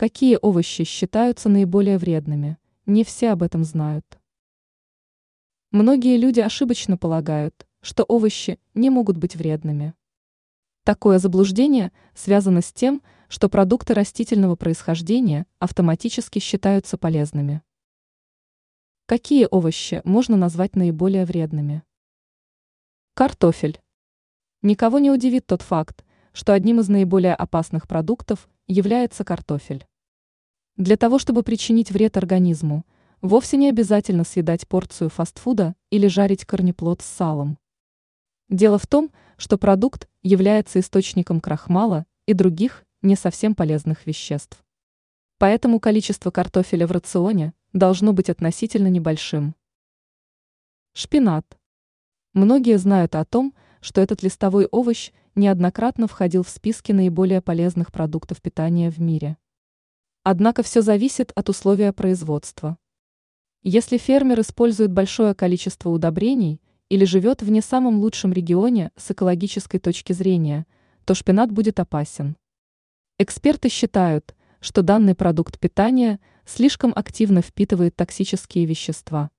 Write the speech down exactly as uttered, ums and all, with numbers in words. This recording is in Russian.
Какие овощи считаются наиболее вредными? Не все об этом знают. Многие люди ошибочно полагают, что овощи не могут быть вредными. Такое заблуждение связано с тем, что продукты растительного происхождения автоматически считаются полезными. Какие овощи можно назвать наиболее вредными? Картофель. Никого не удивит тот факт, что одним из наиболее опасных продуктов является картофель. Для того, чтобы причинить вред организму, вовсе не обязательно съедать порцию фастфуда или жарить корнеплод с салом. Дело в том, что продукт является источником крахмала и других не совсем полезных веществ. Поэтому количество картофеля в рационе должно быть относительно небольшим. Шпинат. Многие знают о том, что этот листовой овощ неоднократно входил в списки наиболее полезных продуктов питания в мире. Однако все зависит от условия производства. Если фермер использует большое количество удобрений или живет в не самом лучшем регионе с экологической точки зрения, то шпинат будет опасен. Эксперты считают, что данный продукт питания слишком активно впитывает токсические вещества.